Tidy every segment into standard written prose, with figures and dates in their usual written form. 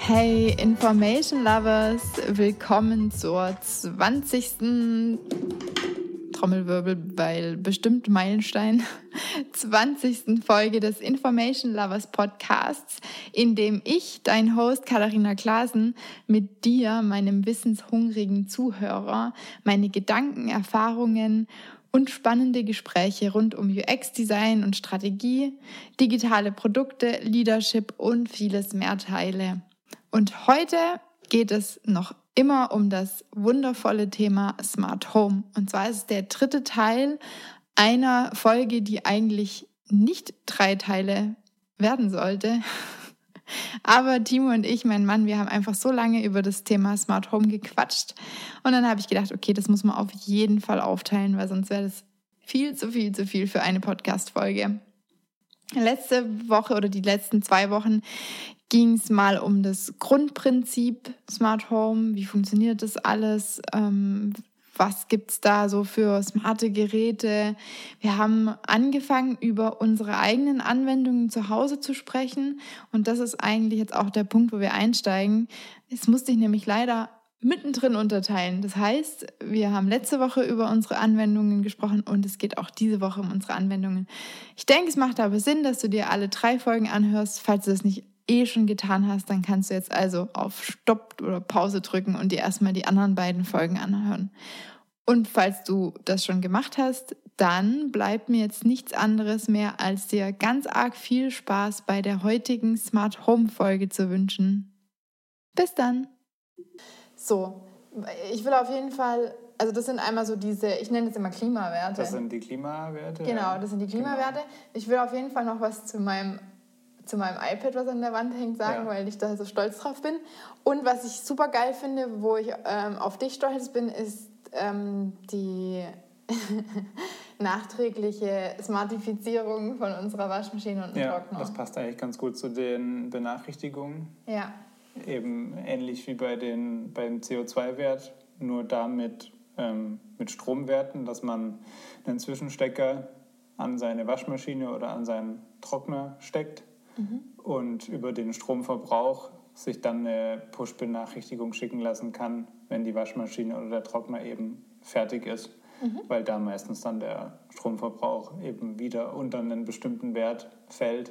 Hey Information Lovers, willkommen zur 20. Trommelwirbel, weil bestimmt Meilenstein, 20. Folge des Information Lovers Podcasts, in dem ich, dein Host Katharina Klaasen, mit dir, meinem wissenshungrigen Zuhörer, meine Gedanken, Erfahrungen und spannende Gespräche rund um UX-Design und Strategie, digitale Produkte, Leadership und vieles mehr teile. Und heute geht es noch immer um das wundervolle Thema Smart Home. Und zwar ist es der 3. Teil einer Folge, die eigentlich nicht 3 Teile werden sollte. Aber Timo und ich, mein Mann, wir haben einfach so lange über das Thema Smart Home gequatscht. Und dann habe ich gedacht, okay, das muss man auf jeden Fall aufteilen, weil sonst wäre das viel zu viel für eine Podcast-Folge. Letzte Woche oder die letzten 2 Wochen ging es mal um das Grundprinzip Smart Home. Wie funktioniert das alles? Was gibt es da so für smarte Geräte? Wir haben angefangen, über unsere eigenen Anwendungen zu Hause zu sprechen. Und das ist eigentlich jetzt auch der Punkt, wo wir einsteigen. Es musste ich nämlich leider mittendrin unterteilen. Das heißt, wir haben letzte Woche über unsere Anwendungen gesprochen und es geht auch diese Woche um unsere Anwendungen. Ich denke, es macht aber Sinn, dass du dir alle 3 Folgen anhörst. Falls du das nicht schon getan hast, dann kannst du jetzt also auf Stopp oder Pause drücken und dir erstmal die anderen beiden Folgen anhören. Und falls du das schon gemacht hast, dann bleibt mir jetzt nichts anderes mehr, als dir ganz arg viel Spaß bei der heutigen Smart Home Folge zu wünschen. Bis dann! So, ich will auf jeden Fall, also das sind einmal so diese, ich nenne es immer Klimawerte. Das sind die Klimawerte? Genau, das sind die Klimawerte. Genau. Ich will auf jeden Fall noch was zu meinem iPad, was an der Wand hängt, sagen, weil ich da so stolz drauf bin. Und was ich super geil finde, wo ich auf dich stolz bin, ist die nachträgliche Smartifizierung von unserer Waschmaschine und Trockner. Ja, das passt eigentlich ganz gut zu den Benachrichtigungen. Ja. Eben ähnlich wie beim CO2-Wert, nur da mit Stromwerten, dass man einen Zwischenstecker an seine Waschmaschine oder an seinen Trockner steckt und über den Stromverbrauch sich dann eine Push-Benachrichtigung schicken lassen kann, wenn die Waschmaschine oder der Trockner eben fertig ist, weil da meistens dann der Stromverbrauch eben wieder unter einen bestimmten Wert fällt.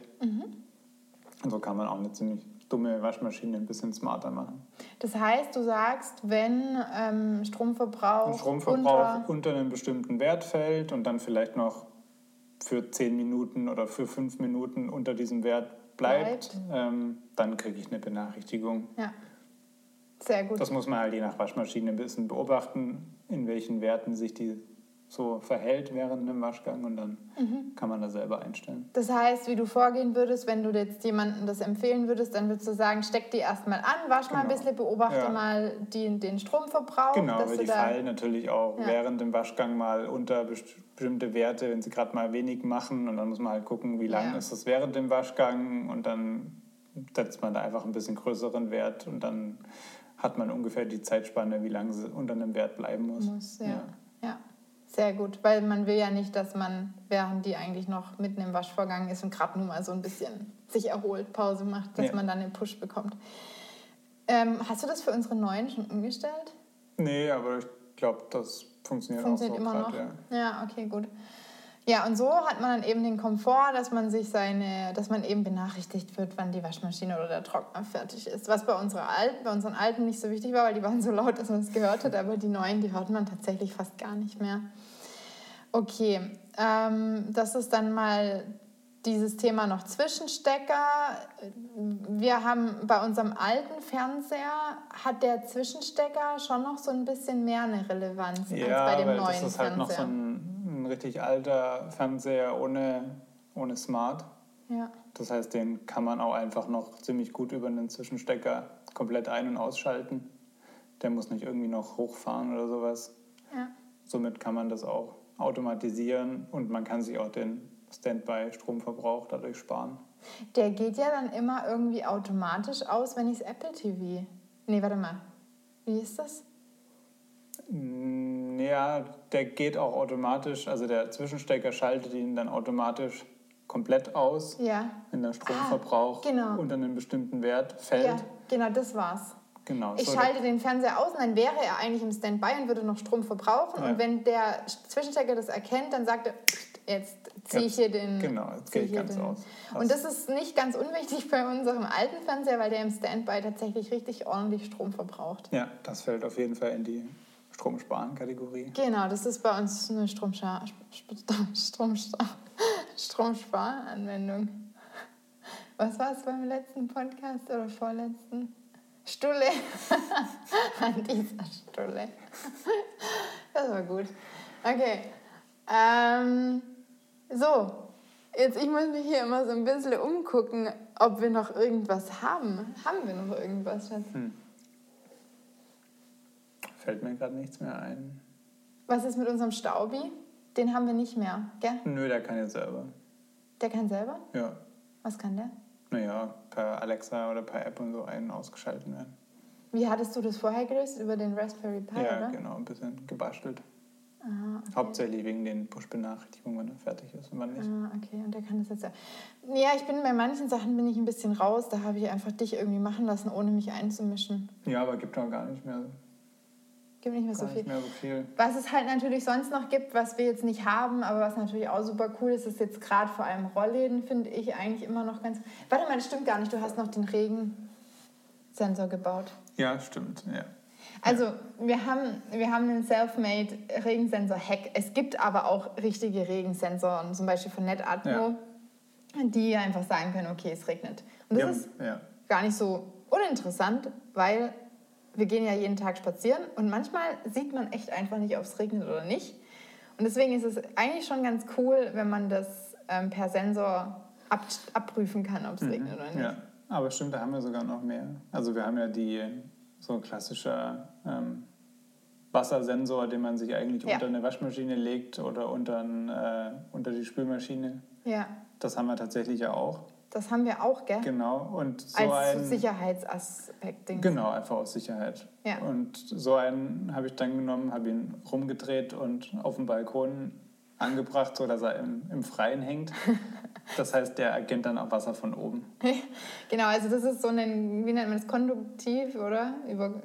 Und so kann man auch eine ziemlich dumme Waschmaschine ein bisschen smarter machen. Das heißt, du sagst, wenn Stromverbrauch unter einen bestimmten Wert fällt und dann vielleicht noch für 10 Minuten oder für 5 Minuten unter diesem Wert bleibt. Dann kriege ich eine Benachrichtigung. Ja, sehr gut. Das muss man halt je nach Waschmaschine ein bisschen beobachten, in welchen Werten sich die so verhält während einem Waschgang und dann kann man das selber einstellen. Das heißt, wie du vorgehen würdest, wenn du jetzt jemandem das empfehlen würdest, dann würdest du sagen, steck die erstmal an, wasch mal ein bisschen, beobachte mal den Stromverbrauch. Genau, weil die fallen natürlich auch während dem Waschgang mal unter bestimmte Werte, wenn sie gerade mal wenig machen und dann muss man halt gucken, wie lang ist das während dem Waschgang und dann setzt man da einfach ein bisschen größeren Wert und dann hat man ungefähr die Zeitspanne, wie lange sie unter einem Wert bleiben muss. Ja. Sehr gut, weil man will ja nicht, dass man, während die eigentlich noch mitten im Waschvorgang ist und gerade nur mal so ein bisschen sich erholt, Pause macht, dass man dann den Push bekommt. Hast du das für unsere neuen schon umgestellt? Nee, aber ich glaube, das funktioniert auch so immer grad, noch? Ja, okay, gut. Ja, und so hat man dann eben den Komfort, dass man eben benachrichtigt wird, wann die Waschmaschine oder der Trockner fertig ist. Was bei unseren Alten nicht so wichtig war, weil die waren so laut, dass man es gehört hat, aber die neuen, die hört man tatsächlich fast gar nicht mehr. Okay, das ist dann mal dieses Thema noch Zwischenstecker. Wir haben bei unserem alten Fernseher, hat der Zwischenstecker schon noch so ein bisschen mehr eine Relevanz als bei dem neuen Fernseher. Ja, das ist halt noch so ein richtig alter Fernseher ohne Smart. Ja. Das heißt, den kann man auch einfach noch ziemlich gut über einen Zwischenstecker komplett ein- und ausschalten. Der muss nicht irgendwie noch hochfahren oder sowas. Ja. Somit kann man das auch automatisieren und man kann sich auch den Standby-Stromverbrauch dadurch sparen. Der geht ja dann immer irgendwie automatisch aus, wenn ich das Apple TV... Nee, warte mal. Wie ist das? Ja, der geht auch automatisch, also der Zwischenstecker schaltet ihn dann automatisch komplett aus, Ja. wenn der Stromverbrauch genau. unter einen bestimmten Wert fällt. Ja, genau, das war's. Genau, ich schalte den Fernseher aus und dann wäre er eigentlich im Standby und würde noch Strom verbrauchen. Ja. Und wenn der Zwischenstecker das erkennt, dann sagt er, jetzt ziehe ich hier den... Genau, jetzt gehe ich ganz aus. Und das ist nicht ganz unwichtig bei unserem alten Fernseher, weil der im Standby tatsächlich richtig ordentlich Strom verbraucht. Ja, das fällt auf jeden Fall in die Stromsparen-Kategorie. Genau, das ist bei uns eine Stromsparanwendung. Was war es beim letzten Podcast oder vorletzten? Stulle. An dieser Stulle. Das war gut. Okay. So. Jetzt, ich muss mich hier immer so ein bisschen umgucken, ob wir noch irgendwas haben. Haben wir noch irgendwas, Schatz? Fällt mir gerade nichts mehr ein. Was ist mit unserem Staubi? Den haben wir nicht mehr, gell? Nö, der kann jetzt selber. Der kann selber? Ja. Was kann der? Naja, per Alexa oder per App und so ein- und ausgeschalten werden. Wie hattest du das vorher gelöst? Über den Raspberry Pi, ja, oder? Ja, genau, ein bisschen gebastelt. Aha, okay. Hauptsächlich wegen den Push-Benachrichtigungen, wann er fertig ist und wann nicht. Ah, okay, und der kann das jetzt ja. Ja, ich bin bei manchen Sachen bin ich ein bisschen raus. Da habe ich einfach dich irgendwie machen lassen, ohne mich einzumischen. Ja, aber gibt auch gar nicht mehr Gibt nicht mehr so viel. Was es halt natürlich sonst noch gibt, was wir jetzt nicht haben, aber was natürlich auch super cool ist, ist jetzt gerade vor allem Rollläden, finde ich eigentlich immer noch ganz... Warte mal, das stimmt gar nicht. Du hast noch den Regensensor gebaut. Ja, stimmt, ja. Also wir haben einen Selfmade Regensensor-Hack. Es gibt aber auch richtige Regensensoren, zum Beispiel von Netatmo, die einfach sagen können, okay, es regnet. Und das ist gar nicht so uninteressant, weil wir gehen ja jeden Tag spazieren und manchmal sieht man echt einfach nicht, ob es regnet oder nicht. Und deswegen ist es eigentlich schon ganz cool, wenn man das per Sensor abprüfen kann, ob es regnet oder nicht. Ja, aber stimmt, da haben wir sogar noch mehr. Also wir haben ja so ein klassischer Wassersensor, den man sich eigentlich unter eine Waschmaschine legt oder unter die Spülmaschine. Ja. Das haben wir tatsächlich ja auch. Das haben wir auch, gell? Genau. Und so als Sicherheitsaspekt. Genau, einfach aus Sicherheit. Ja. Und so einen habe ich dann genommen, habe ihn rumgedreht und auf dem Balkon angebracht, sodass er im Freien hängt. Das heißt, der erkennt dann auch Wasser von oben. Genau, also das ist so ein, wie nennt man das, konduktiv, oder?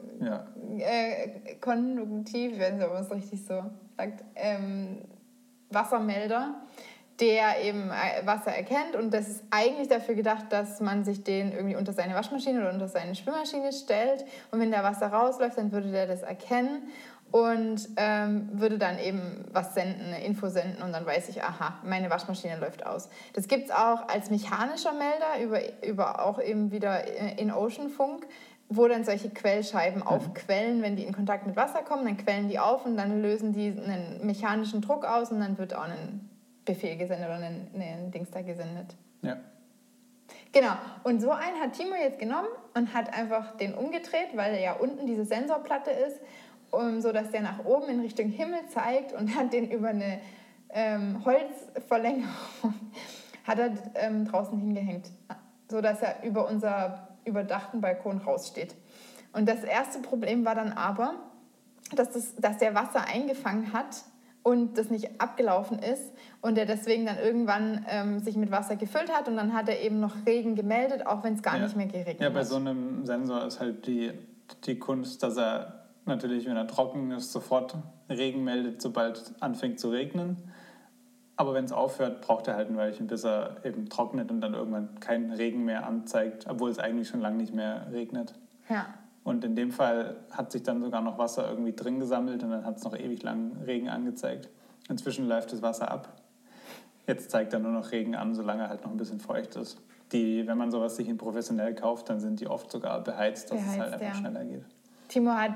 Konduktiv, ich weiß nicht, ob man es richtig so sagt, Wassermelder, der eben Wasser erkennt, und das ist eigentlich dafür gedacht, dass man sich den irgendwie unter seine Waschmaschine oder unter seine Spülmaschine stellt, und wenn da Wasser rausläuft, dann würde der das erkennen und würde dann eben was senden, eine Info senden, und dann weiß ich, aha, meine Waschmaschine läuft aus. Das gibt es auch als mechanischer Melder über auch eben wieder In-Ocean-Funk, wo dann solche Quellscheiben aufquellen, wenn die in Kontakt mit Wasser kommen, dann quellen die auf und dann lösen die einen mechanischen Druck aus und dann wird auch ein Befehl gesendet oder ein Dings da gesendet. Ja. Genau, und so einen hat Timo jetzt genommen und hat einfach den umgedreht, weil ja unten diese Sensorplatte ist, so dass der nach oben in Richtung Himmel zeigt, und hat den über eine Holzverlängerung hat er draußen hingehängt, so dass er über unser überdachten Balkon raussteht. Und das erste Problem war dann aber, dass der Wasser eingefangen hat und das nicht abgelaufen ist und er deswegen dann irgendwann sich mit Wasser gefüllt hat, und dann hat er eben noch Regen gemeldet, auch wenn es gar nicht mehr geregnet hat. Ja, bei so einem Sensor ist halt die Kunst, dass er natürlich, wenn er trocken ist, sofort Regen meldet, sobald es anfängt zu regnen. Aber wenn es aufhört, braucht er halt ein Weilchen, bis er eben trocknet und dann irgendwann keinen Regen mehr anzeigt, obwohl es eigentlich schon lange nicht mehr regnet. Ja. Und in dem Fall hat sich dann sogar noch Wasser irgendwie drin gesammelt und dann hat es noch ewig lang Regen angezeigt. Inzwischen läuft das Wasser ab. Jetzt zeigt er nur noch Regen an, solange er halt noch ein bisschen feucht ist. Wenn man sowas sich professionell kauft, dann sind die oft sogar beheizt, dass es halt einfach schneller geht. Timo hat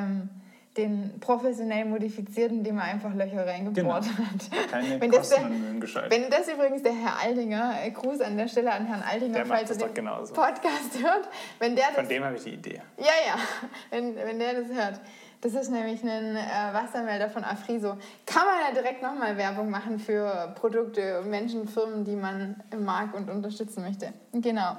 den professionell modifizierten, indem er einfach Löcher reingebohrt hat. Keine Kosten an Mühen geschaltet. Wenn das übrigens der Herr Aldinger, Gruß an der Stelle an Herrn Aldinger, falls er den Podcast hört. Von dem habe ich die Idee. Ja, wenn der das hört. Das ist nämlich ein Wassermelder von Afriso. Kann man ja direkt nochmal Werbung machen für Produkte, Menschen, Firmen, die man mag und unterstützen möchte. Genau.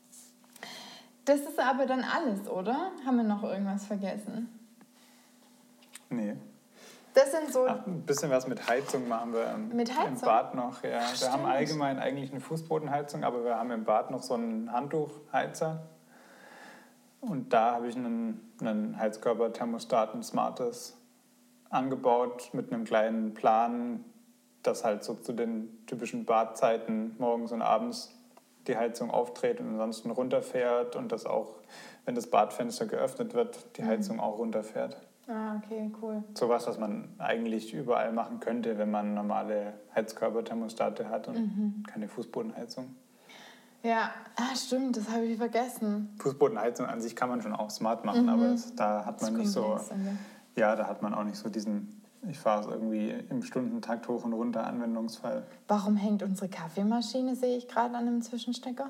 Das ist aber dann alles, oder? Haben wir noch irgendwas vergessen? Nee. Das sind so... Ein bisschen was mit Heizung machen wir im Bad noch. Ja. Wir haben allgemein eigentlich eine Fußbodenheizung, aber wir haben im Bad noch so einen Handtuchheizer. Und da habe ich einen Heizkörperthermostat, ein smartes, angebaut mit einem kleinen Plan, dass halt so zu den typischen Badzeiten morgens und abends die Heizung aufdreht und ansonsten runterfährt und dass auch, wenn das Badfenster geöffnet wird, die Heizung auch runterfährt. Ah, okay, cool. Sowas, was man eigentlich überall machen könnte, wenn man normale Heizkörperthermostate hat und keine Fußbodenheizung. Ja, stimmt, das habe ich vergessen. Fußbodenheizung an sich kann man schon auch smart machen, aber da hat man nicht so... Ja, da hat man auch nicht so diesen... Ich fahre es irgendwie im Stundentakt hoch und runter Anwendungsfall. Warum hängt unsere Kaffeemaschine, sehe ich gerade, an einem Zwischenstecker?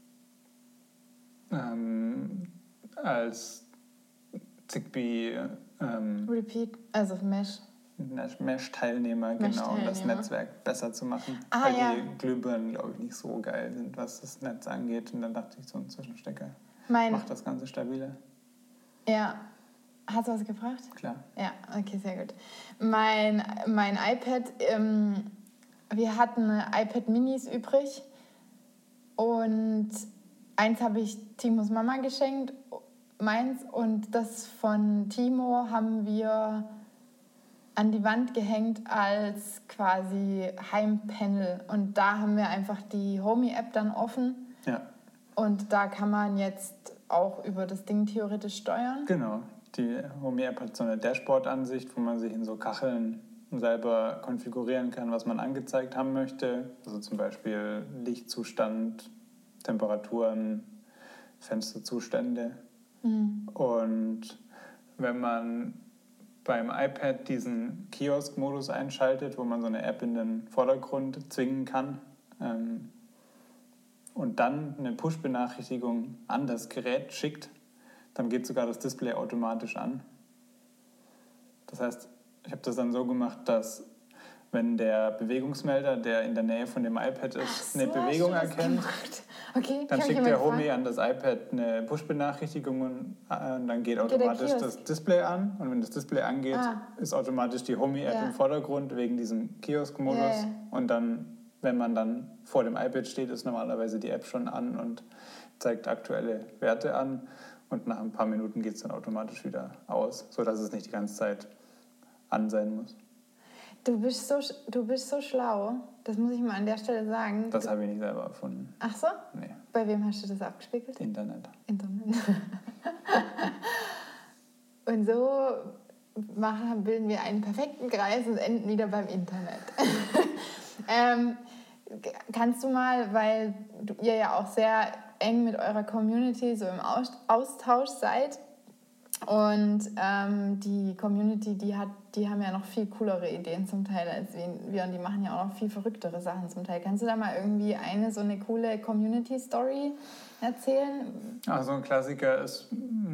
Als Zigbee Repeat, also Mesh. Mesh-Teilnehmer, genau, um das Netzwerk besser zu machen. Weil die Glühbirnen, glaube ich, nicht so geil sind, was das Netz angeht. Und dann dachte ich, so ein Zwischenstecker macht das Ganze stabiler. Ja. Hast du was gefragt? Klar. Ja, okay, sehr gut. Mein iPad, wir hatten iPad Minis übrig und eins habe ich Timos Mama geschenkt, meins, und das von Timo haben wir an die Wand gehängt als quasi Heimpanel. Und da haben wir einfach die Homey-App dann offen. Ja. Und da kann man jetzt auch über das Ding theoretisch steuern. Genau. Die Homey-App hat so eine Dashboard-Ansicht, wo man sich in so Kacheln selber konfigurieren kann, was man angezeigt haben möchte. Also zum Beispiel Lichtzustand, Temperaturen, Fensterzustände. Und wenn man beim iPad diesen Kiosk-Modus einschaltet, wo man so eine App in den Vordergrund zwingen kann und dann eine Push-Benachrichtigung an das Gerät schickt, dann geht sogar das Display automatisch an. Das heißt, ich habe das dann so gemacht, dass wenn der Bewegungsmelder, der in der Nähe von dem iPad ist, eine Bewegung erkennt, dann schickt der Homey an das iPad eine Push-Benachrichtigung und dann geht automatisch das Display an. Und wenn das Display angeht, ist automatisch die Homey-App im Vordergrund wegen diesem Kiosk-Modus. Ja. Und dann, wenn man dann vor dem iPad steht, ist normalerweise die App schon an und zeigt aktuelle Werte an. Und nach ein paar Minuten geht es dann automatisch wieder aus, sodass es nicht die ganze Zeit an sein muss. Du bist so schlau, das muss ich mal an der Stelle sagen. Das habe ich nicht selber erfunden. Ach so? Nee. Bei wem hast du das abgespielt? Internet. Und so bilden wir einen perfekten Kreis und enden wieder beim Internet. Kannst du mal, weil ihr ja auch sehr eng mit eurer Community so im Austausch seid, und die Community, die haben ja noch viel coolere Ideen zum Teil als wir, und die machen ja auch noch viel verrücktere Sachen zum Teil. Kannst du da mal irgendwie so eine coole Community-Story erzählen? Also ein Klassiker ist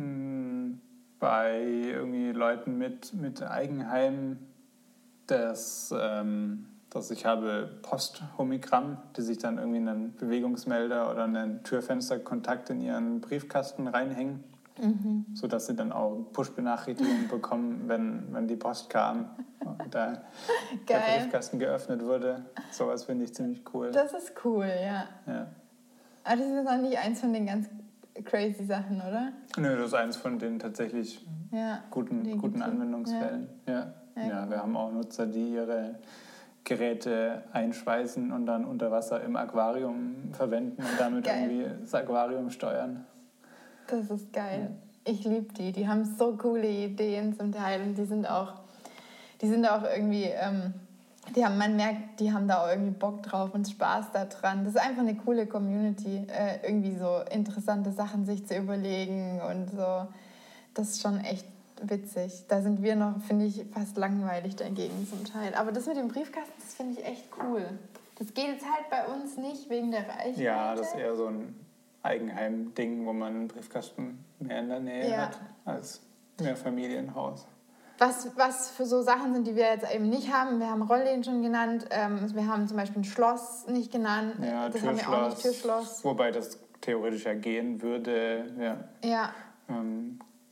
bei irgendwie Leuten mit Eigenheim, dass ich habe Post-Homogramm, die sich dann irgendwie einen Bewegungsmelder oder einen Türfensterkontakt in ihren Briefkasten reinhängen. Sodass sie dann auch Push-Benachrichtigungen bekommen, wenn die Post kam und der Briefkasten geöffnet wurde. Sowas finde ich ziemlich cool. Das ist cool, ja. Aber das ist jetzt auch nicht eins von den ganz crazy Sachen, oder? Nö, das ist eins von den tatsächlich guten Anwendungsfällen. Ja, wir haben auch Nutzer, die ihre Geräte einschweißen und dann unter Wasser im Aquarium verwenden und damit irgendwie das Aquarium steuern. Das ist geil. Ich liebe die. Die haben so coole Ideen zum Teil, und die sind auch irgendwie, man merkt, die haben da auch irgendwie Bock drauf und Spaß daran. Das ist einfach eine coole Community, irgendwie so interessante Sachen sich zu überlegen und so. Das ist schon echt witzig. Da sind wir noch, finde ich, fast langweilig dagegen zum Teil. Aber das mit dem Briefkasten, das finde ich echt cool. Das geht jetzt halt bei uns nicht wegen der Reichweite. Ja, das ist eher so ein Eigenheim-Ding, wo man einen Briefkasten mehr in der Nähe hat als mehr Familienhaus. Was für so Sachen sind, die wir jetzt eben nicht haben. Wir haben Rollläden schon genannt. Wir haben zum Beispiel ein Schloss nicht genannt. Ja, das Türschloss, haben wir auch nicht, Türschloss. Wobei das theoretisch ja gehen würde. Ja.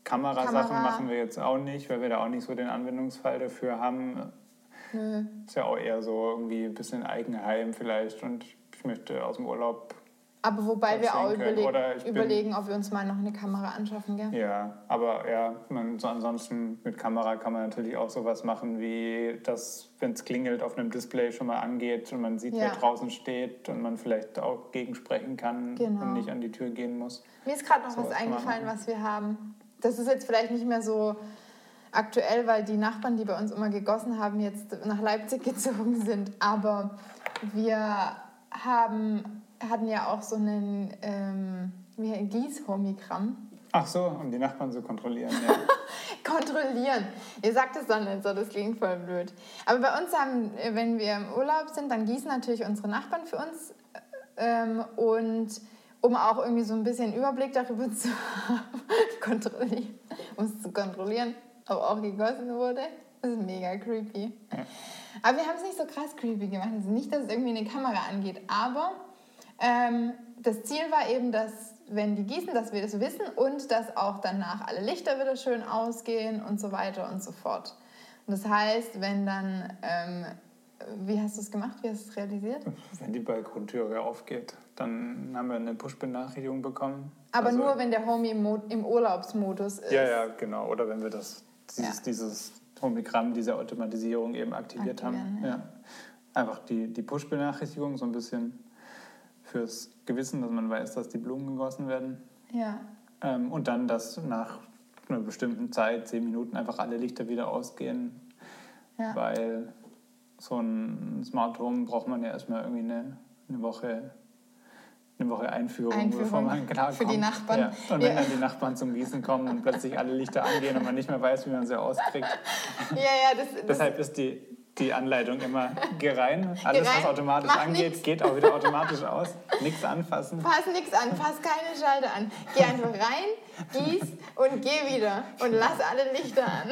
Kamerasachen machen wir jetzt auch nicht, weil wir da auch nicht so den Anwendungsfall dafür haben. Nö. Ist ja auch eher so irgendwie ein bisschen Eigenheim vielleicht und ich möchte aus dem Urlaub. Aber wobei wir auch können. überlegen, ob wir uns mal noch eine Kamera anschaffen, gell? Ja, aber ja, ansonsten mit Kamera kann man natürlich auch sowas machen, wie das, wenn es klingelt, auf einem Display schon mal angeht und man sieht, wer draußen steht und man vielleicht auch gegensprechen kann und nicht an die Tür gehen muss. Mir ist gerade noch was eingefallen, was wir haben. Das ist jetzt vielleicht nicht mehr so aktuell, weil die Nachbarn, die bei uns immer gegossen haben, jetzt nach Leipzig gezogen sind. Aber wir hatten ja auch so einen Gießhomigramm. Ach so, um die Nachbarn zu kontrollieren, ja. Kontrollieren. Ihr sagt es dann nicht so, das klingt voll blöd. Aber bei uns wenn wir im Urlaub sind, dann gießen natürlich unsere Nachbarn für uns. Und um auch irgendwie so ein bisschen Überblick darüber zu haben, um es zu kontrollieren, ob auch gegossen wurde. Das ist mega creepy. Ja. Aber wir haben es nicht so krass creepy gemacht. Also nicht, dass es irgendwie eine Kamera angeht. Aber das Ziel war eben, dass, wenn die gießen, dass wir das wissen und dass auch danach alle Lichter wieder schön ausgehen und so weiter und so fort. Und das heißt, wenn dann, wie hast du es gemacht? Wie hast du es realisiert? Wenn die Balkontüre aufgeht, dann haben wir eine Push-Benachrichtigung bekommen. Aber also, nur, wenn der Homie im Urlaubsmodus ist. Ja, genau. Oder wenn wir dieses Homigramm, diese Automatisierung eben aktiviert haben. Ja. Einfach die Push-Benachrichtigung so ein bisschen fürs Gewissen, dass man weiß, dass die Blumen gegossen werden. Ja. Und dann, dass nach einer bestimmten Zeit, 10 Minuten, einfach alle Lichter wieder ausgehen. Ja. Weil so ein Smart Home braucht man ja erstmal irgendwie eine Woche Einführung, bevor man klarkommt. Für die Nachbarn. Ja. Und wenn dann die Nachbarn zum Gießen kommen und plötzlich alle Lichter angehen und man nicht mehr weiß, wie man sie auskriegt. Deshalb ist die Anleitung immer, geh rein, alles was automatisch angeht, nix. Geht auch wieder automatisch aus. Nichts anfassen. Fass nichts an, fass keine Schalter an. Geh einfach rein, gieß und geh wieder und lass alle Lichter an.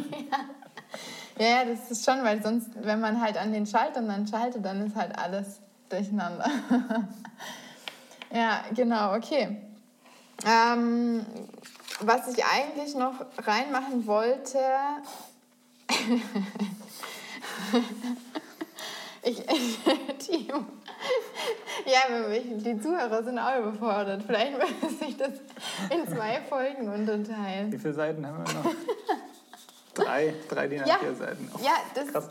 Ja, das ist schon, weil sonst, wenn man halt an den Schaltern dann schaltet, dann ist halt alles durcheinander. Ja, genau, okay. Was ich eigentlich noch reinmachen wollte... Timo. Ja, die Zuhörer sind auch überfordert. Vielleicht müsste ich das in 2 Folgen unterteilen. Wie viele Seiten haben wir noch? 3 DIN A4 Seiten. Oh, ja,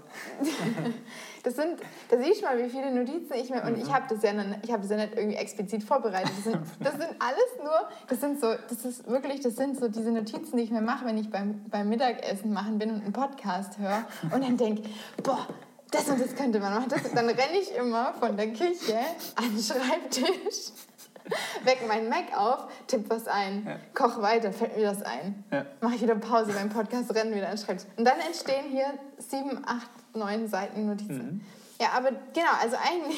da siehst du mal, wie viele Notizen ich mir... Und ich habe das ja nicht irgendwie explizit vorbereitet. Das sind alles nur... Das sind so diese Notizen, die ich mir mache, wenn ich beim Mittagessen machen bin und einen Podcast höre. Und dann denke, boah, das und das könnte man machen. Dann renne ich immer von der Küche an den Schreibtisch, weck meinen Mac auf, tipp was ein, koch weiter, fällt mir das ein. Ja. Mache ich wieder Pause beim Podcast, renne wieder an den Schreibtisch. Und dann entstehen hier 7, 8, 9 Seiten Notizen. Ja, aber genau, also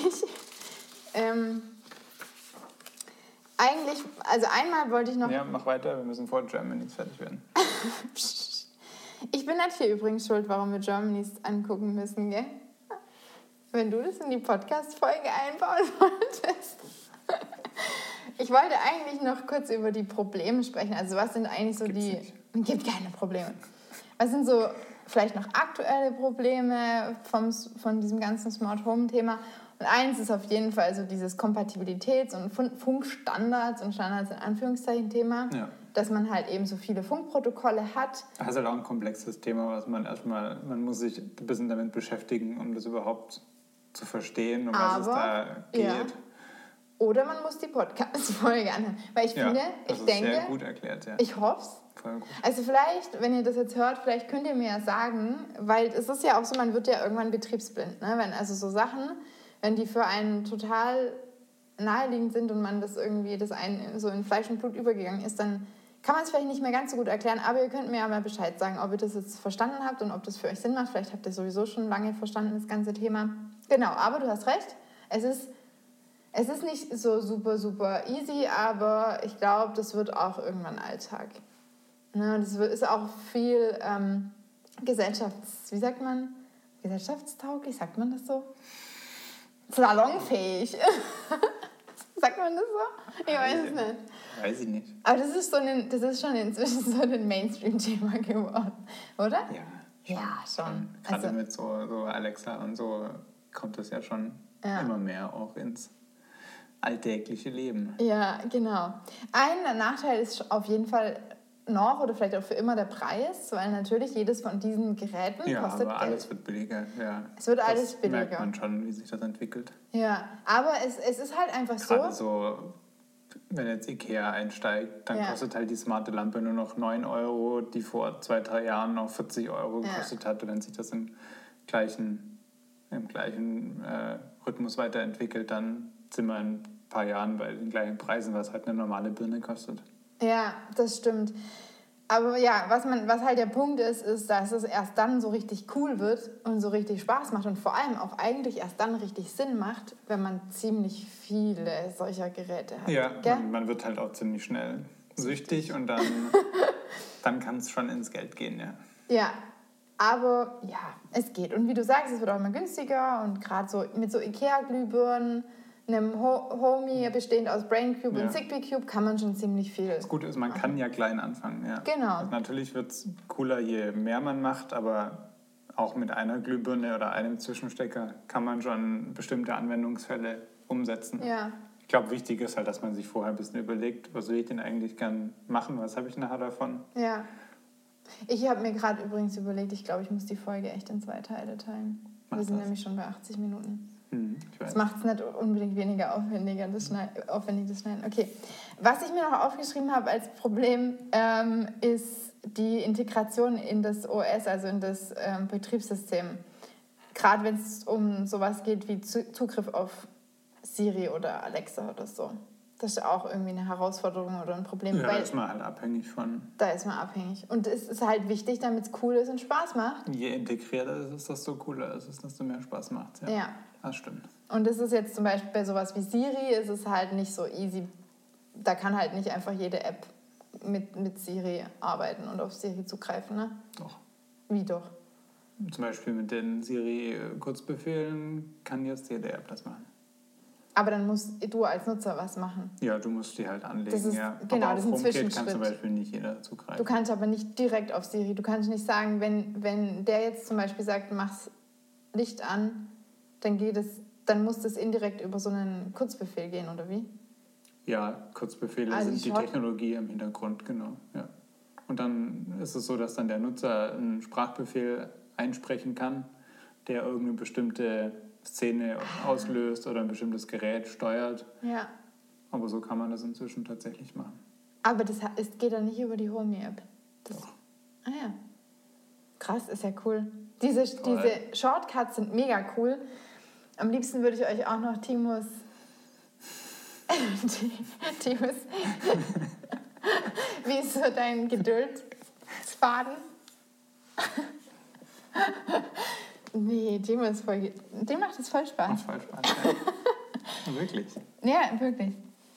also einmal wollte ich noch... Ja, mach weiter, wir müssen vor Germany's fertig werden. Ich bin nicht hier übrigens schuld, warum wir Germany's angucken müssen, gell? Wenn du das in die Podcast-Folge einbauen wolltest. Ich wollte eigentlich noch kurz über die Probleme sprechen. Also was sind eigentlich so Gibt keine Probleme. Was sind so vielleicht noch aktuelle Probleme von diesem ganzen Smart Home-Thema? Und eins ist auf jeden Fall so dieses Kompatibilitäts- und Funkstandards und Standards in Anführungszeichen-Thema. Ja. Dass man halt eben so viele Funkprotokolle hat. Das ist halt auch ein komplexes Thema, was man muss sich ein bisschen damit beschäftigen, um das überhaupt zu verstehen, um was es da geht. Ja. Oder man muss die Podcast-Folge anhören. Weil ich finde, das ist sehr gut erklärt, ja. Ich hoffe es. Voll gut. Also vielleicht, wenn ihr das jetzt hört, vielleicht könnt ihr mir ja sagen, weil es ist ja auch so, man wird ja irgendwann betriebsblind, ne? Wenn also so Sachen, wenn die für einen total naheliegend sind und man das irgendwie, das einen so in Fleisch und Blut übergegangen ist, dann kann man es vielleicht nicht mehr ganz so gut erklären, aber ihr könnt mir ja mal Bescheid sagen, ob ihr das jetzt verstanden habt und ob das für euch Sinn macht. Vielleicht habt ihr sowieso schon lange verstanden, das ganze Thema. Genau, aber du hast recht, es ist nicht so super, super easy, aber ich glaube, das wird auch irgendwann Alltag. Ne, das ist auch viel gesellschaftstauglich, sagt man das so? Salonfähig. Sagt man das so? Ich weiß es nicht. Weiß ich nicht. Aber das ist schon inzwischen so ein Mainstream-Thema geworden, oder? Ja, schon. Gerade mit so Alexa und so kommt das ja schon immer mehr auch ins alltägliche Leben. Ja, genau. Ein Nachteil ist auf jeden Fall noch oder vielleicht auch für immer der Preis, weil natürlich jedes von diesen Geräten kostet aber Geld. Alles wird billiger. Ja. Es wird alles billiger. Merkt man schon, wie sich das entwickelt. Ja, aber es ist halt einfach Gerade so, wenn jetzt Ikea einsteigt, dann kostet halt die smarte Lampe nur noch 9 Euro, die vor 2-3 Jahren noch 40 Euro gekostet hat. Und wenn sich das im gleichen Rhythmus weiterentwickelt, dann sind wir in ein paar Jahren bei den gleichen Preisen, was halt eine normale Birne kostet. Ja, das stimmt. Aber ja, was halt der Punkt ist, dass es erst dann so richtig cool wird und so richtig Spaß macht und vor allem auch eigentlich erst dann richtig Sinn macht, wenn man ziemlich viele solcher Geräte hat. Ja, man wird halt auch ziemlich schnell süchtig und dann kann es schon ins Geld gehen, ja. Ja, aber ja, es geht. Und wie du sagst, es wird auch immer günstiger und gerade so mit so Ikea-Glühbirnen, einem Homey bestehend aus Braincube und Zigbee Cube kann man schon ziemlich viel. Das Gute ist, man kann ja klein anfangen. Ja. Genau. Also natürlich wird es cooler, je mehr man macht, aber auch mit einer Glühbirne oder einem Zwischenstecker kann man schon bestimmte Anwendungsfälle umsetzen. Ja. Ich glaube, wichtig ist halt, dass man sich vorher ein bisschen überlegt, was will ich denn eigentlich gern machen, was habe ich nachher davon. Ja. Ich habe mir gerade übrigens überlegt, ich glaube, ich muss die Folge echt in 2 Teile teilen. Wir sind nämlich schon bei 80 Minuten. Das macht es nicht unbedingt weniger aufwendig, das Schneiden. Okay. Was ich mir noch aufgeschrieben habe als Problem, ist die Integration in das OS, also in das Betriebssystem. Gerade wenn es um sowas geht wie Zugriff auf Siri oder Alexa oder so. Das ist auch irgendwie eine Herausforderung oder ein Problem. Ja, da ist man halt abhängig von. Da ist man abhängig. Und es ist halt wichtig, damit es cool ist und Spaß macht. Je integrierter es ist, desto cooler ist es, desto mehr Spaß macht. Ja. Das stimmt. Und das ist jetzt zum Beispiel bei sowas wie Siri, ist es halt nicht so easy. Da kann halt nicht einfach jede App mit Siri arbeiten und auf Siri zugreifen, ne? Doch. Wie doch? Zum Beispiel mit den Siri-Kurzbefehlen kann jetzt jede App das machen. Aber dann musst du als Nutzer was machen. Ja, du musst die halt anlegen, das ist, ja. Genau, aber das ist ein Zwischenschritt. kann zum Beispiel nicht jeder zugreifen. Du kannst aber nicht direkt auf Siri. Du kannst nicht sagen, wenn der jetzt zum Beispiel sagt, mach's Licht an, dann muss das indirekt über so einen Kurzbefehl gehen, oder wie? Ja, Kurzbefehle sind die Technologie im Hintergrund, genau. Ja. Und dann ist es so, dass dann der Nutzer einen Sprachbefehl einsprechen kann, der irgendeine bestimmte Szene auslöst oder ein bestimmtes Gerät steuert. Ja. Aber so kann man das inzwischen tatsächlich machen. Aber das geht dann nicht über die Homey-App? Doch. Ah ja. Krass, ist ja cool. Diese Shortcuts sind mega cool. Am liebsten würde ich euch auch noch Timus wie ist so dein Geduldsfaden? Nee, dem macht es voll Spaß. Macht voll Spaß, ja. Wirklich? Ja, wirklich.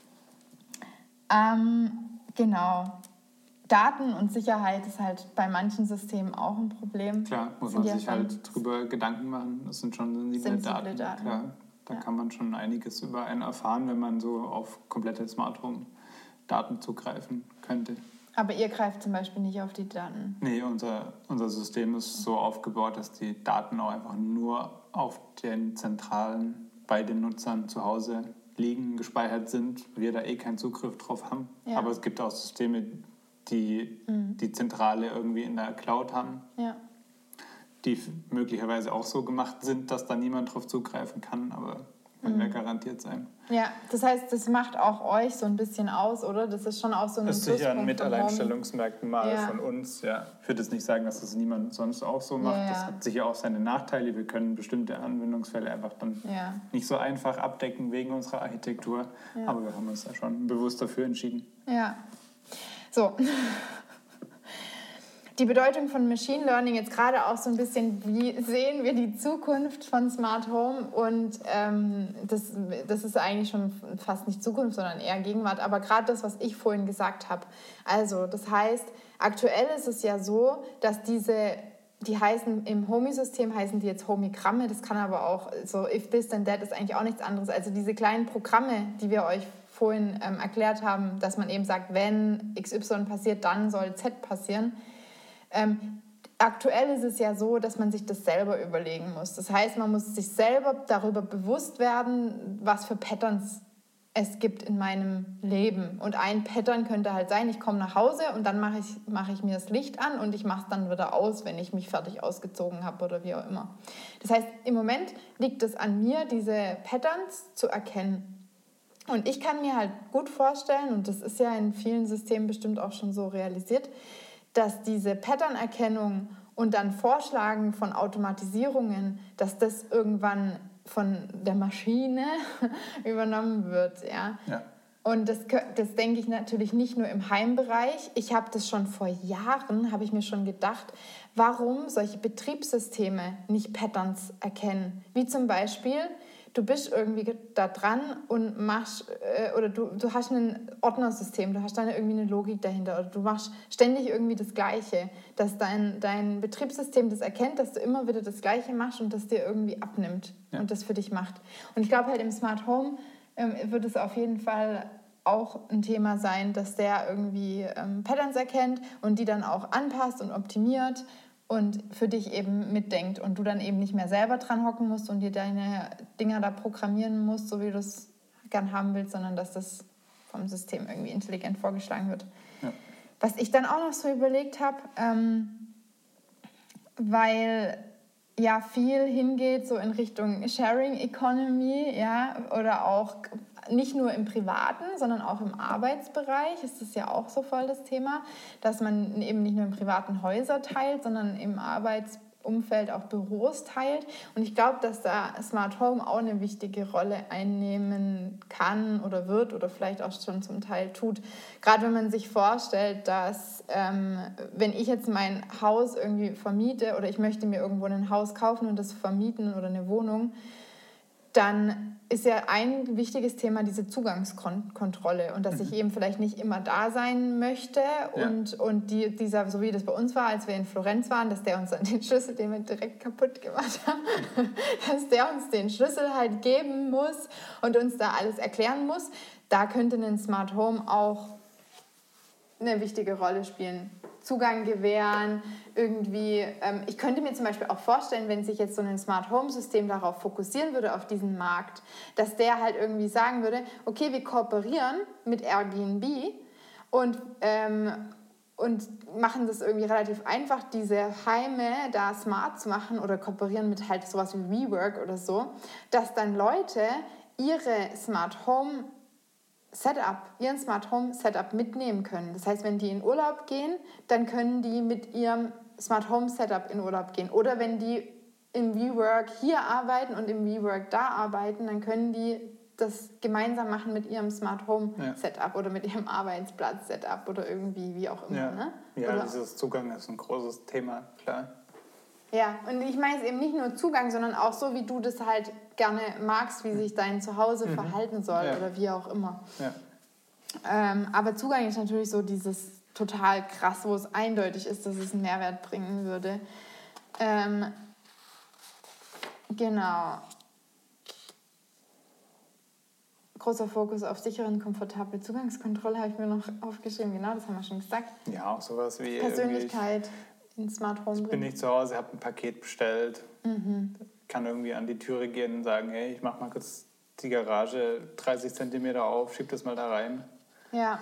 Genau. Daten und Sicherheit ist halt bei manchen Systemen auch ein Problem. Klar, muss man sich halt drüber Gedanken machen. Das sind schon sensible Daten. Klar, da kann man schon einiges über einen erfahren, wenn man so auf komplette Smart Home Daten zugreifen könnte. Aber ihr greift zum Beispiel nicht auf die Daten? Nee, unser System ist so aufgebaut, dass die Daten auch einfach nur auf den Zentralen bei den Nutzern zu Hause liegen, gespeichert sind. Wir da keinen Zugriff drauf haben. Ja. Aber es gibt auch Systeme, die die Zentrale irgendwie in der Cloud haben, die möglicherweise auch so gemacht sind, dass da niemand drauf zugreifen kann, aber mehr garantiert sein. Ja, das heißt, das macht auch euch so ein bisschen aus, oder? Das ist schon auch so ein Das ist sicher ein Mitalleinstellungsmerkmal von uns. Ja. Ich würde jetzt nicht sagen, dass das niemand sonst auch so macht. Ja. Das hat sicher auch seine Nachteile. Wir können bestimmte Anwendungsfälle einfach dann nicht so einfach abdecken wegen unserer Architektur. Ja. Aber wir haben uns da schon bewusst dafür entschieden. Ja. So. Die Bedeutung von Machine Learning jetzt gerade auch so ein bisschen, wie sehen wir die Zukunft von Smart Home? Und das ist eigentlich schon fast nicht Zukunft, sondern eher Gegenwart. Aber gerade das, was ich vorhin gesagt habe. Also das heißt, aktuell ist es ja so, dass die heißen im Homey-System heißen die jetzt Homey-Gramme. Das kann aber auch so if this then that ist eigentlich auch nichts anderes. Also diese kleinen Programme, die wir euch vorhin erklärt haben, dass man eben sagt, wenn XY passiert, dann soll Z passieren. Aktuell ist es ja so, dass man sich das selber überlegen muss. Das heißt, man muss sich selber darüber bewusst werden, was für Patterns es gibt in meinem Leben. Und ein Pattern könnte halt sein, ich komme nach Hause und dann mache ich mir das Licht an und ich mache es dann wieder aus, wenn ich mich fertig ausgezogen habe oder wie auch immer. Das heißt, im Moment liegt es an mir, diese Patterns zu erkennen. Und ich kann mir halt gut vorstellen, und das ist ja in vielen Systemen bestimmt auch schon so realisiert, dass diese Pattern-Erkennung und dann Vorschlagen von Automatisierungen, dass das irgendwann von der Maschine übernommen wird. Ja? Ja. Und das denke ich natürlich nicht nur im Heimbereich. Ich habe das schon vor Jahren, habe ich mir schon gedacht, warum solche Betriebssysteme nicht Patterns erkennen. Wie zum Beispiel, du bist irgendwie da dran und machst, oder du hast ein Ordnersystem, du hast dann irgendwie eine Logik dahinter, oder du machst ständig irgendwie das Gleiche, dass dein Betriebssystem das erkennt, dass du immer wieder das Gleiche machst und das dir irgendwie abnimmt und das für dich macht. Und ich glaube halt im Smart Home wird es auf jeden Fall auch ein Thema sein, dass der irgendwie Patterns erkennt und die dann auch anpasst und optimiert und für dich eben mitdenkt und du dann eben nicht mehr selber dran hocken musst und dir deine Dinger da programmieren musst, so wie du es gern haben willst, sondern dass das vom System irgendwie intelligent vorgeschlagen wird. Ja. Was ich dann auch noch so überlegt habe, weil ja viel hingeht so in Richtung Sharing Economy, ja, oder auch nicht nur im Privaten, sondern auch im Arbeitsbereich ist das ja auch so voll das Thema, dass man eben nicht nur im privaten Häuser teilt, sondern im Arbeitsumfeld auch Büros teilt. Und ich glaube, dass da Smart Home auch eine wichtige Rolle einnehmen kann oder wird oder vielleicht auch schon zum Teil tut. Gerade wenn man sich vorstellt, dass wenn ich jetzt mein Haus irgendwie vermiete oder ich möchte mir irgendwo ein Haus kaufen und das vermieten oder eine Wohnung, dann ist ja ein wichtiges Thema diese Zugangskontrolle und dass ich eben vielleicht nicht immer da sein möchte und dieser, so wie das bei uns war, als wir in Florenz waren, dass der uns dann den Schlüssel, den wir direkt kaputt gemacht haben, dass der uns den Schlüssel halt geben muss und uns da alles erklären muss. Da könnte ein Smart Home auch eine wichtige Rolle spielen. Zugang gewähren, irgendwie. Ich könnte mir zum Beispiel auch vorstellen, wenn sich jetzt so ein Smart Home System darauf fokussieren würde, auf diesen Markt, dass der halt irgendwie sagen würde, okay, wir kooperieren mit Airbnb und machen das irgendwie relativ einfach, diese Heime da smart zu machen oder kooperieren mit halt sowas wie WeWork oder so, dass dann Leute ihre Smart Home ihren Smart Home Setup mitnehmen können. Das heißt, wenn die in Urlaub gehen, dann können die mit ihrem Smart Home Setup in Urlaub gehen. Oder wenn die im WeWork hier arbeiten und im WeWork da arbeiten, dann können die das gemeinsam machen mit ihrem Smart Home Setup oder mit ihrem Arbeitsplatz Setup oder irgendwie wie auch immer. Ja, ne? ja, dieses Zugang ist ein großes Thema, klar. Ja, und ich meine es eben nicht nur Zugang, sondern auch so, wie du das halt gerne magst, wie sich dein Zuhause verhalten soll oder wie auch immer. Ja. Aber Zugang ist natürlich so dieses total krass, wo es eindeutig ist, dass es einen Mehrwert bringen würde. Genau. Großer Fokus auf sichere und komfortable Zugangskontrolle habe ich mir noch aufgeschrieben. Genau, das haben wir schon gesagt. Ja, auch sowas wie Persönlichkeit in Smart Home bringen. Bin ich zu Hause, habe ein Paket bestellt, kann irgendwie an die Türe gehen und sagen, hey, ich mache mal kurz die Garage 30 cm auf, schieb das mal da rein. Ja.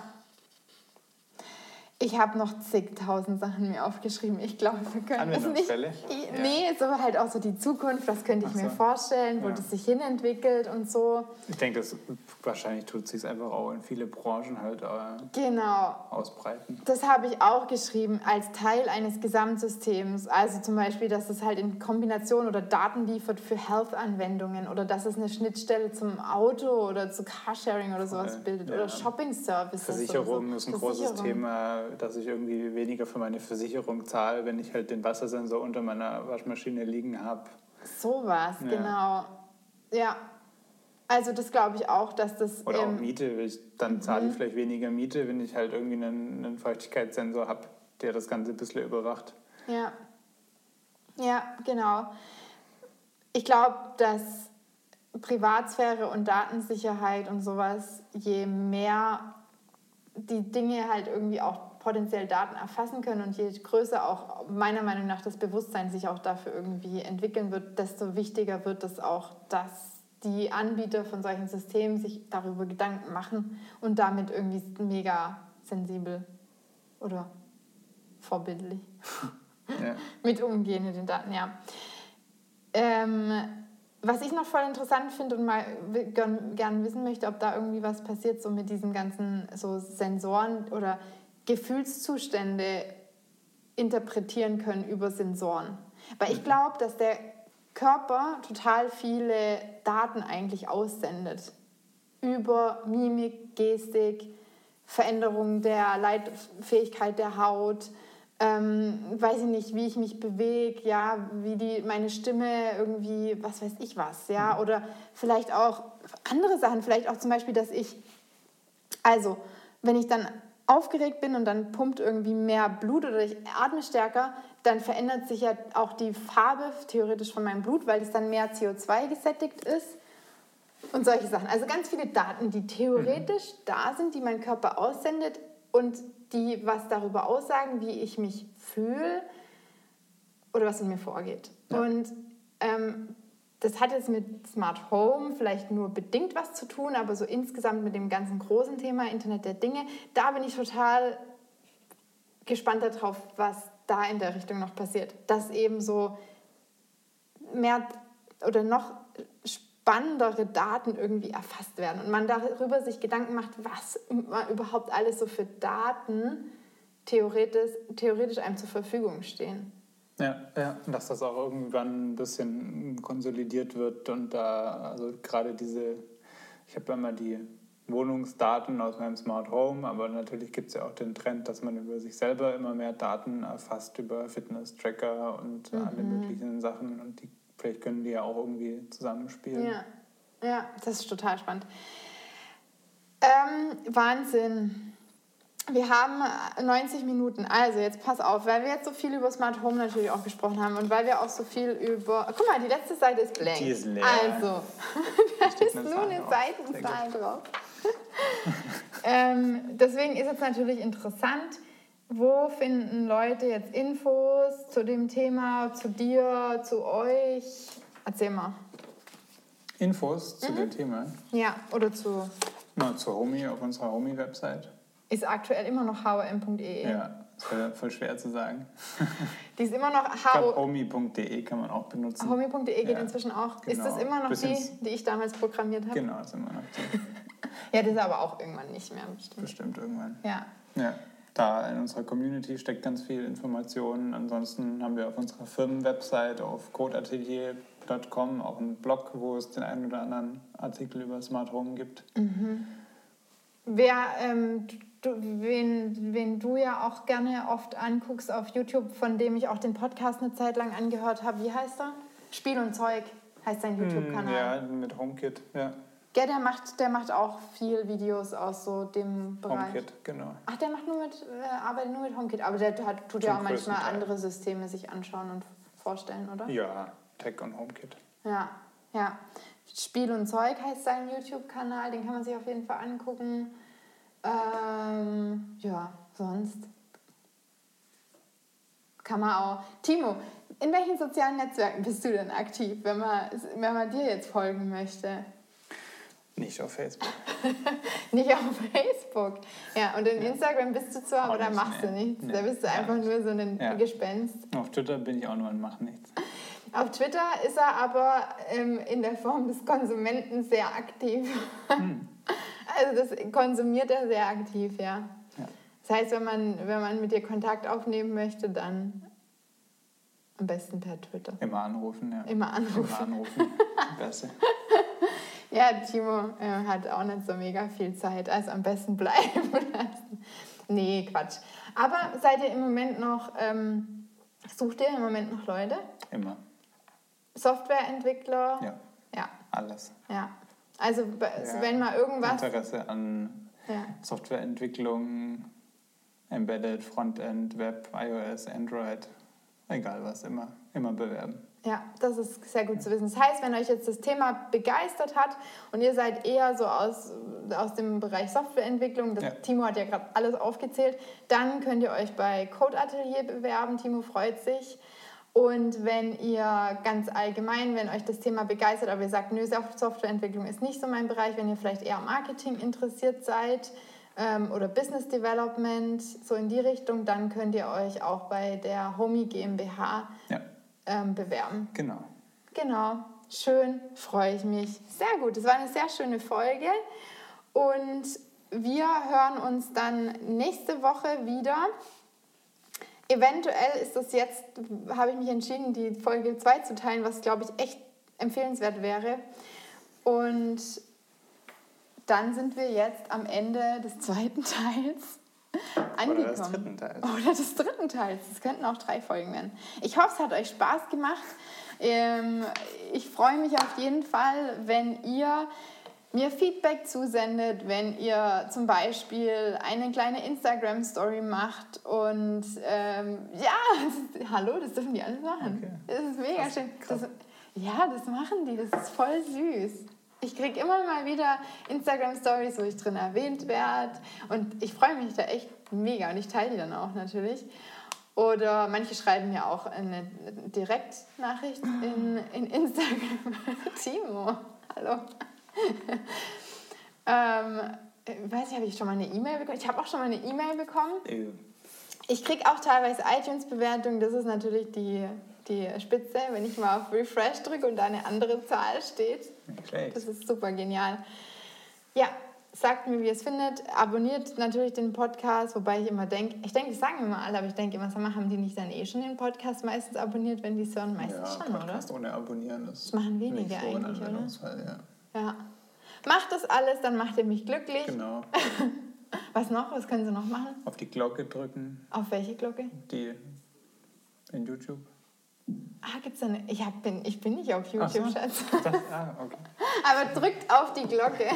Ich habe noch zigtausend Sachen mir aufgeschrieben. Ich glaube, wir können das nicht. Nee, ist aber halt auch so die Zukunft. Das könnte ich mir vorstellen, wo das sich hinentwickelt und so. Ich denke, wahrscheinlich tut sich es einfach auch in viele Branchen halt ausbreiten. Das habe ich auch geschrieben als Teil eines Gesamtsystems. Also zum Beispiel, dass es halt in Kombination oder Daten liefert für Health-Anwendungen oder dass es eine Schnittstelle zum Auto oder zu Carsharing oder sowas bildet oder Shopping-Services. Versicherung ist ein großes Thema, dass ich irgendwie weniger für meine Versicherung zahle, wenn ich halt den Wassersensor unter meiner Waschmaschine liegen habe. Sowas, genau. Ja, also das glaube ich auch, dass das... Oder auch Miete, dann zahle ich vielleicht weniger Miete, wenn ich halt irgendwie einen Feuchtigkeitssensor habe, der das Ganze ein bisschen überwacht. Ja, genau. Ich glaube, dass Privatsphäre und Datensicherheit und sowas, je mehr die Dinge halt irgendwie auch potenziell Daten erfassen können und je größer auch meiner Meinung nach das Bewusstsein sich auch dafür irgendwie entwickeln wird, desto wichtiger wird es auch, dass die Anbieter von solchen Systemen sich darüber Gedanken machen und damit irgendwie mega sensibel oder vorbildlich mit umgehen mit den Daten, ja. Was ich noch voll interessant finde und mal gern wissen möchte, ob da irgendwie was passiert, so mit diesen ganzen so Sensoren oder Gefühlszustände interpretieren können über Sensoren. Weil ich glaube, dass der Körper total viele Daten eigentlich aussendet. Über Mimik, Gestik, Veränderung der Leitfähigkeit der Haut, weiß ich nicht, wie ich mich bewege, ja, wie meine Stimme irgendwie, was weiß ich was, ja, oder vielleicht auch andere Sachen, vielleicht auch zum Beispiel, dass ich, also, wenn ich dann aufgeregt bin und dann pumpt irgendwie mehr Blut oder ich atme stärker, dann verändert sich ja auch die Farbe theoretisch von meinem Blut, weil es dann mehr CO2 gesättigt ist und solche Sachen. Also ganz viele Daten, die theoretisch da sind, die mein Körper aussendet und die was darüber aussagen, wie ich mich fühle oder was in mir vorgeht. Ja. Und das hat jetzt mit Smart Home vielleicht nur bedingt was zu tun, aber so insgesamt mit dem ganzen großen Thema Internet der Dinge, da bin ich total gespannt darauf, was da in der Richtung noch passiert. Dass eben so mehr oder noch spannendere Daten irgendwie erfasst werden und man darüber sich Gedanken macht, was überhaupt alles so für Daten theoretisch einem zur Verfügung stehen. Ja, dass das auch irgendwann ein bisschen konsolidiert wird und da, also gerade ich habe immer die Wohnungsdaten aus meinem Smart Home, aber natürlich gibt es ja auch den Trend, dass man über sich selber immer mehr Daten erfasst, über Fitness-Tracker und alle möglichen Sachen und vielleicht können die ja auch irgendwie zusammenspielen. Ja, das ist total spannend. Wahnsinn. Wir haben 90 Minuten. Also jetzt pass auf, weil wir jetzt so viel über Smart Home natürlich auch gesprochen haben und weil wir auch so viel über... Guck mal, die letzte Seite ist blank. Die ist leer. Also, da ist nur eine Seitenzahl drauf. Deswegen ist jetzt natürlich interessant, wo finden Leute jetzt Infos zu dem Thema, zu dir, zu euch? Erzähl mal. Infos zu dem Thema? Ja, oder zu... Zu Homie, auf unserer Homie-Website. Ist aktuell immer noch hm.de. Ja, das wäre voll schwer zu sagen. Die ist immer noch homie.de kann man auch benutzen. Homie.de geht inzwischen auch. Genau. Ist das immer noch die ich damals programmiert habe? Genau, ist immer noch die. Ja, das ist aber auch irgendwann nicht mehr. Bestimmt irgendwann. Ja. Da in unserer Community steckt ganz viel Information. Ansonsten haben wir auf unserer Firmenwebsite auf codeatelier.com auch einen Blog, wo es den einen oder anderen Artikel über Smart Home gibt. Mhm. Wen du ja auch gerne oft anguckst auf YouTube, von dem ich auch den Podcast eine Zeit lang angehört habe, wie heißt er? Spiel und Zeug heißt sein YouTube-Kanal. Ja, mit HomeKit, ja. Ja, der macht auch viel Videos aus so dem Bereich. HomeKit, genau. Ach, der macht arbeitet nur mit HomeKit, aber der tut ja auch manchmal andere Systeme sich anschauen und vorstellen, oder? Ja, Tech und HomeKit. Ja. Spiel und Zeug heißt sein YouTube-Kanal, den kann man sich auf jeden Fall angucken. Sonst kann man auch... Timo, in welchen sozialen Netzwerken bist du denn aktiv, wenn man dir jetzt folgen möchte? Nicht auf Facebook. Nicht auf Facebook. Ja, und in Instagram bist du zwar, aber da machst du nichts. Nee, da bist du einfach nur so ein Gespenst. Auf Twitter bin ich auch nur ein Mach nichts. Auf Twitter ist er aber in der Form des Konsumenten sehr aktiv. Also das konsumiert er sehr aktiv, ja. Das heißt, wenn man mit dir Kontakt aufnehmen möchte, dann am besten per Twitter. Immer anrufen, ja. Immer anrufen. Besser. Ja, Timo hat auch nicht so mega viel Zeit, also am besten bleiben lassen. Nee, Quatsch. Aber seid ihr im Moment noch, sucht ihr im Moment noch Leute? Immer. Softwareentwickler? Ja. Alles. Ja. Also wenn mal irgendwas... Interesse an Softwareentwicklung, Embedded, Frontend, Web, iOS, Android, egal was, immer bewerben. Ja, das ist sehr gut zu wissen. Das heißt, wenn euch jetzt das Thema begeistert hat und ihr seid eher so aus dem Bereich Softwareentwicklung, Timo hat ja gerade alles aufgezählt, dann könnt ihr euch bei Code Atelier bewerben. Timo freut sich. Und wenn ihr ganz allgemein, wenn euch das Thema begeistert, aber ihr sagt, nö, Softwareentwicklung ist nicht so mein Bereich, wenn ihr vielleicht eher Marketing interessiert seid oder Business Development, so in die Richtung, dann könnt ihr euch auch bei der Homie GmbH bewerben. Genau. Schön, freue ich mich. Sehr gut, das war eine sehr schöne Folge. Und wir hören uns dann nächste Woche wieder. Eventuell ist das jetzt, habe ich mich entschieden, die Folge 2 zu teilen, was, glaube ich, echt empfehlenswert wäre. Und dann sind wir jetzt am Ende des 2. Teils angekommen. Oder des dritten Teils. Es könnten auch 3 Folgen werden. Ich hoffe, es hat euch Spaß gemacht. Ich freue mich auf jeden Fall, wenn ihr mir Feedback zusendet, wenn ihr zum Beispiel eine kleine Instagram-Story macht und hallo, das dürfen die alle machen. Okay. Das ist mega schön. Das machen die, das ist voll süß. Ich kriege immer mal wieder Instagram-Stories, wo ich drin erwähnt werde und ich freue mich da echt mega und ich teile die dann auch natürlich. Oder manche schreiben mir auch eine Direktnachricht in Instagram. Timo, hallo. Weiß nicht, habe ich schon mal eine E-Mail bekommen? Ich habe auch schon mal eine E-Mail bekommen. Ich kriege auch teilweise iTunes-Bewertungen. Das ist natürlich die Spitze, wenn ich mal auf Refresh drücke und da eine andere Zahl steht. Das ist super genial. Ja, sagt mir, wie ihr es findet. Abonniert natürlich den Podcast, wobei ich immer denke, das sagen immer alle, aber ich denke immer, haben die nicht dann schon den Podcast meistens abonniert, wenn die es hören? Meistens schon, Podcast oder? Ohne abonnieren. Das machen wenige so eigentlich, oder? Ja. Macht das alles, dann macht ihr mich glücklich. Genau. Was noch? Was können Sie noch machen? Auf die Glocke drücken. Auf welche Glocke? Die in YouTube. Gibt's da eine? Ich bin nicht auf YouTube, so. Schatz. Okay. Aber drückt auf die Glocke.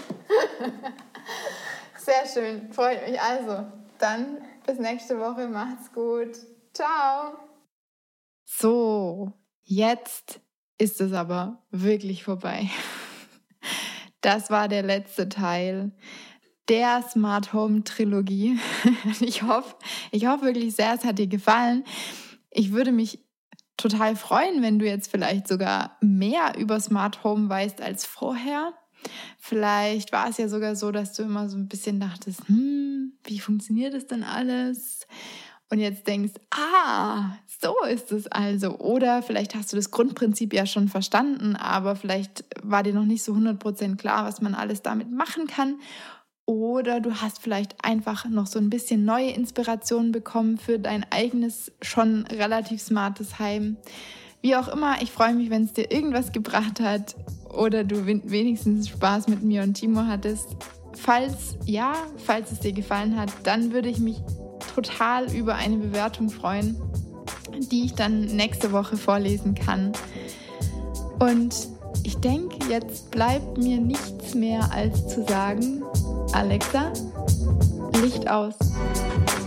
Sehr schön, freut mich. Also, dann bis nächste Woche. Macht's gut. Ciao. So, jetzt ist es aber wirklich vorbei. Das war der letzte Teil der Smart Home Trilogie. Ich hoffe wirklich sehr, es hat dir gefallen. Ich würde mich total freuen, wenn du jetzt vielleicht sogar mehr über Smart Home weißt als vorher. Vielleicht war es ja sogar so, dass du immer so ein bisschen dachtest, wie funktioniert das denn alles? Und jetzt denkst, so ist es also. Oder vielleicht hast du das Grundprinzip ja schon verstanden, aber vielleicht war dir noch nicht so 100% klar, was man alles damit machen kann. Oder du hast vielleicht einfach noch so ein bisschen neue Inspirationen bekommen für dein eigenes, schon relativ smartes Heim. Wie auch immer, ich freue mich, wenn es dir irgendwas gebracht hat oder du wenigstens Spaß mit mir und Timo hattest. Falls es dir gefallen hat, dann würde ich mich total über eine Bewertung freuen, die ich dann nächste Woche vorlesen kann. Und ich denke, jetzt bleibt mir nichts mehr als zu sagen, Alexa, Licht aus.